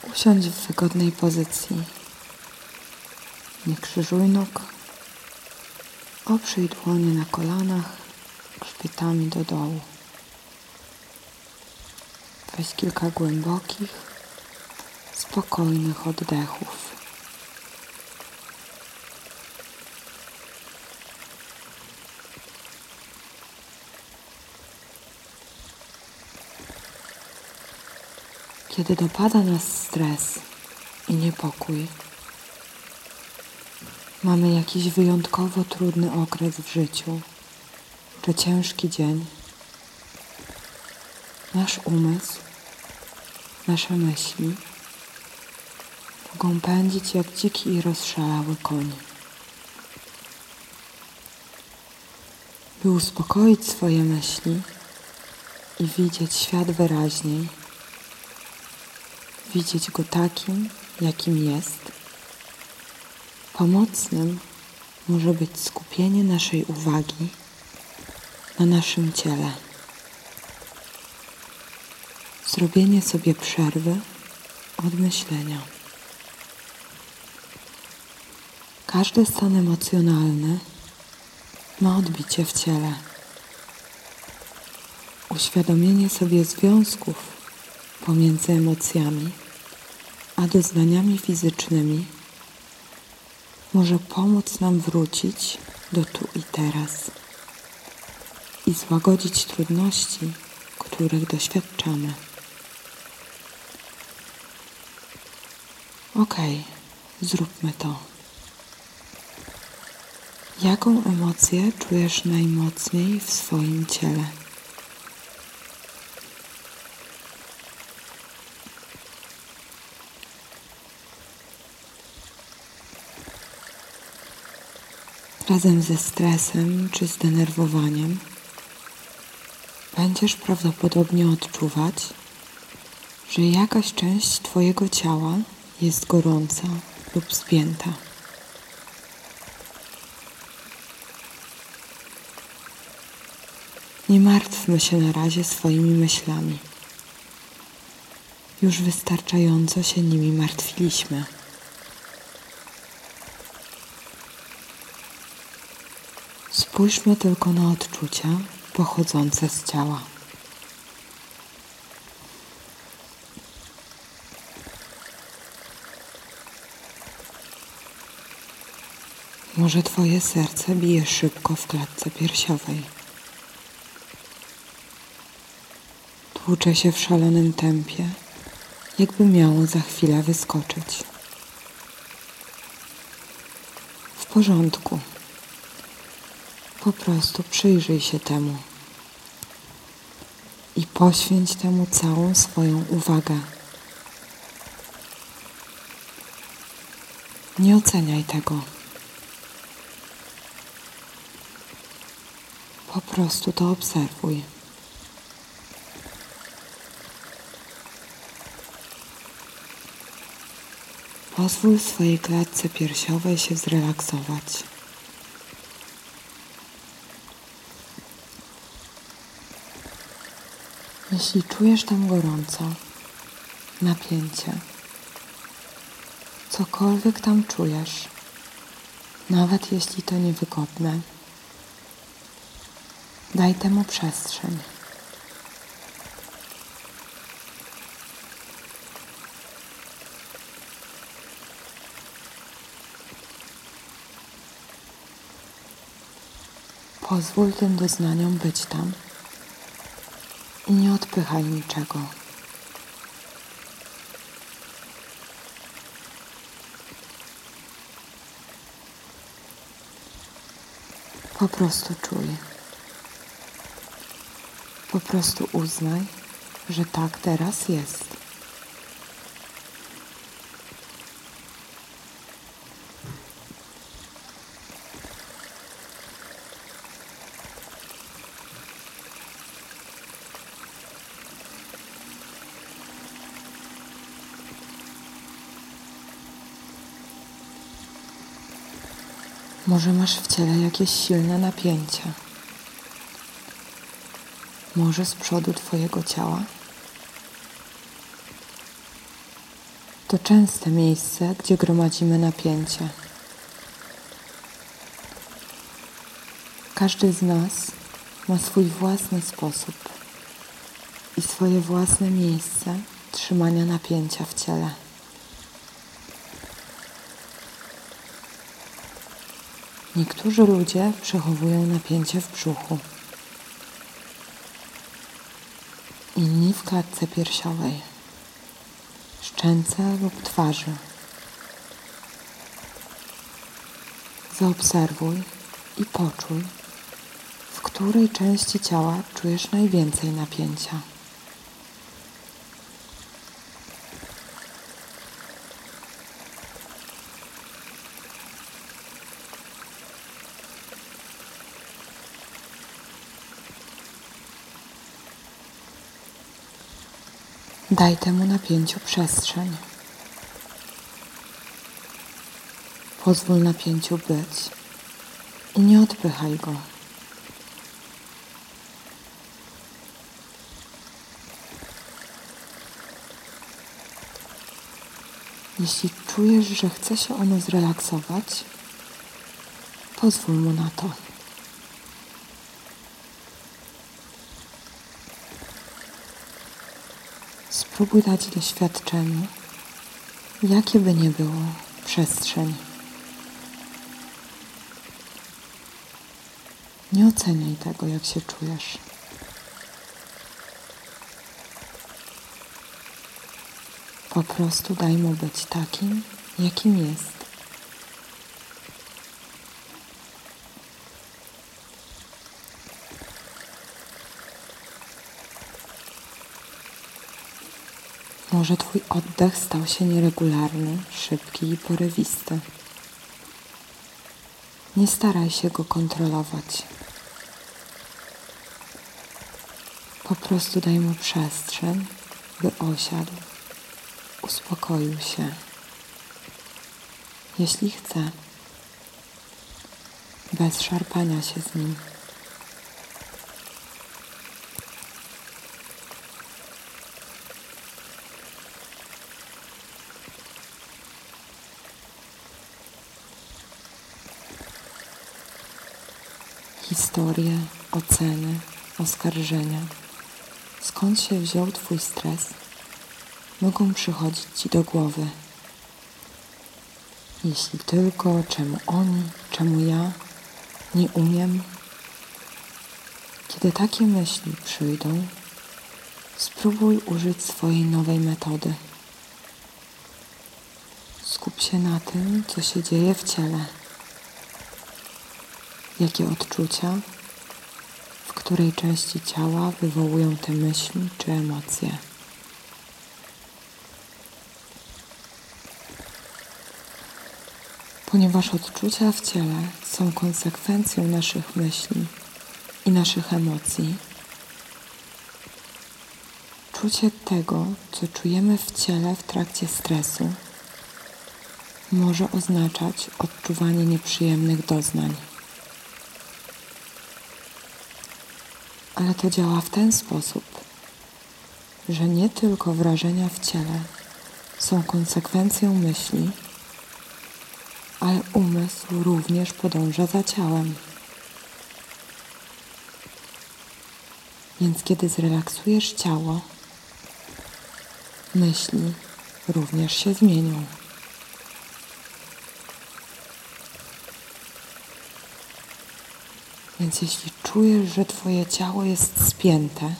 Usiądź w wygodnej pozycji. Nie krzyżuj nóg. Oprzyj dłonie na kolanach grzbietami do dołu. Weź kilka głębokich, spokojnych oddechów. Kiedy dopada nas stres i niepokój, mamy jakiś wyjątkowo trudny okres w życiu, czy ciężki dzień, nasz umysł, nasze myśli mogą pędzić jak dziki i rozszalały koń. By uspokoić swoje myśli i widzieć świat wyraźniej, widzieć go takim, jakim jest, pomocnym może być skupienie naszej uwagi na naszym ciele. Zrobienie sobie przerwy od myślenia. Każdy stan emocjonalny ma odbicie w ciele. Uświadomienie sobie związków pomiędzy emocjami a doznaniami fizycznymi może pomóc nam wrócić do tu i teraz i złagodzić trudności, których doświadczamy. Okej, zróbmy to. Jaką emocję czujesz najmocniej w swoim ciele? Razem ze stresem czy zdenerwowaniem będziesz prawdopodobnie odczuwać, że jakaś część Twojego ciała jest gorąca lub spięta. Nie martwmy się na razie swoimi myślami. Już wystarczająco się nimi martwiliśmy. Spójrzmy tylko na odczucia pochodzące z ciała. Może Twoje serce bije szybko w klatce piersiowej. Tłucze się w szalonym tempie, jakby miało za chwilę wyskoczyć. W porządku. Po prostu przyjrzyj się temu i poświęć temu całą swoją uwagę. Nie oceniaj tego. Po prostu to obserwuj. Pozwól swojej klatce piersiowej się zrelaksować. Jeśli czujesz tam gorąco, napięcie, cokolwiek tam czujesz, nawet jeśli to niewygodne, daj temu przestrzeń. Pozwól tym doznaniom być tam i nie odpychaj niczego. Po prostu czuj. Po prostu uznaj, że tak teraz jest. Może masz w ciele jakieś silne napięcie. Może z przodu Twojego ciała? To częste miejsce, gdzie gromadzimy napięcie. Każdy z nas ma swój własny sposób i swoje własne miejsce trzymania napięcia w ciele. Niektórzy ludzie przechowują napięcie w brzuchu, inni w klatce piersiowej, szczęce lub twarzy. Zaobserwuj i poczuj, w której części ciała czujesz najwięcej napięcia. Daj temu napięciu przestrzeń. Pozwól napięciu być i nie odpychaj go. Jeśli czujesz, że chce się ono zrelaksować, pozwól mu na to. Spróbuj dać doświadczeniu, jakie by nie było, przestrzeń. Nie oceniaj tego, jak się czujesz. Po prostu daj mu być takim, jakim jest. Może twój oddech stał się nieregularny, szybki i porywisty. Nie staraj się go kontrolować. Po prostu daj mu przestrzeń, by osiadł, uspokoił się. Jeśli chce, bez szarpania się z nim. Historie, oceny, oskarżenia, skąd się wziął twój stres, mogą przychodzić ci do głowy. Jeśli tylko, czemu oni, czemu ja, nie umiem. Kiedy takie myśli przyjdą, spróbuj użyć swojej nowej metody. Skup się na tym, co się dzieje w ciele. Jakie odczucia, w której części ciała wywołują te myśli czy emocje. Ponieważ odczucia w ciele są konsekwencją naszych myśli i naszych emocji, czucie tego, co czujemy w ciele w trakcie stresu, może oznaczać odczuwanie nieprzyjemnych doznań. Ale to działa w ten sposób, że nie tylko wrażenia w ciele są konsekwencją myśli, ale umysł również podąża za ciałem. Więc kiedy zrelaksujesz ciało, myśli również się zmienią. Więc jeśli czujesz, że twoje ciało jest spięte,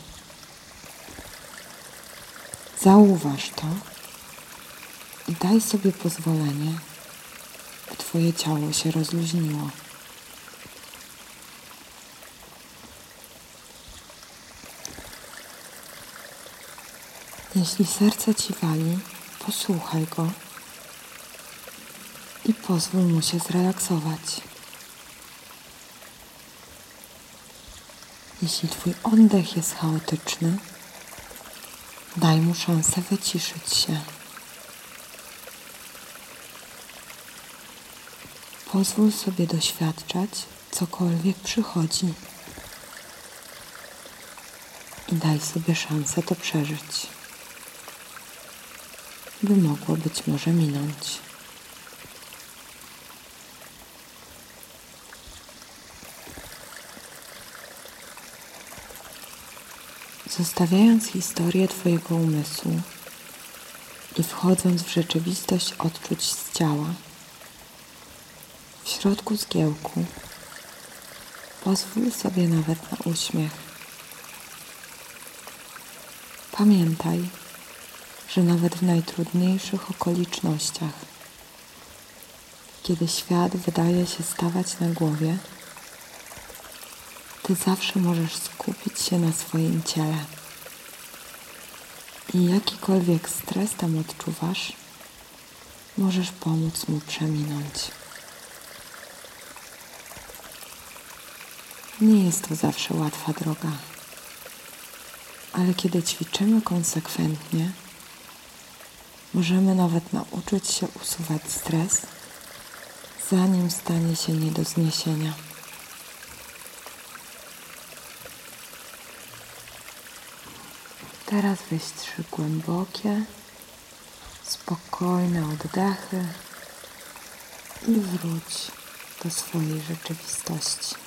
zauważ to i daj sobie pozwolenie, by twoje ciało się rozluźniło. Jeśli serce ci wali, posłuchaj go i pozwól mu się zrelaksować. Jeśli twój oddech jest chaotyczny, daj mu szansę wyciszyć się. Pozwól sobie doświadczać, cokolwiek przychodzi i daj sobie szansę to przeżyć. by mogło być może minąć. Zostawiając historię Twojego umysłu i wchodząc w rzeczywistość odczuć z ciała, w środku zgiełku pozwól sobie nawet na uśmiech. Pamiętaj, że nawet w najtrudniejszych okolicznościach, kiedy świat wydaje się stawać na głowie, Ty zawsze możesz skupić się na swoim ciele. I jakikolwiek stres tam odczuwasz, możesz pomóc mu przeminąć. Nie jest to zawsze łatwa droga, ale kiedy ćwiczymy konsekwentnie, możemy nawet nauczyć się usuwać stres, zanim stanie się nie do zniesienia. Teraz weź 3 głębokie, spokojne oddechy i wróć do swojej rzeczywistości.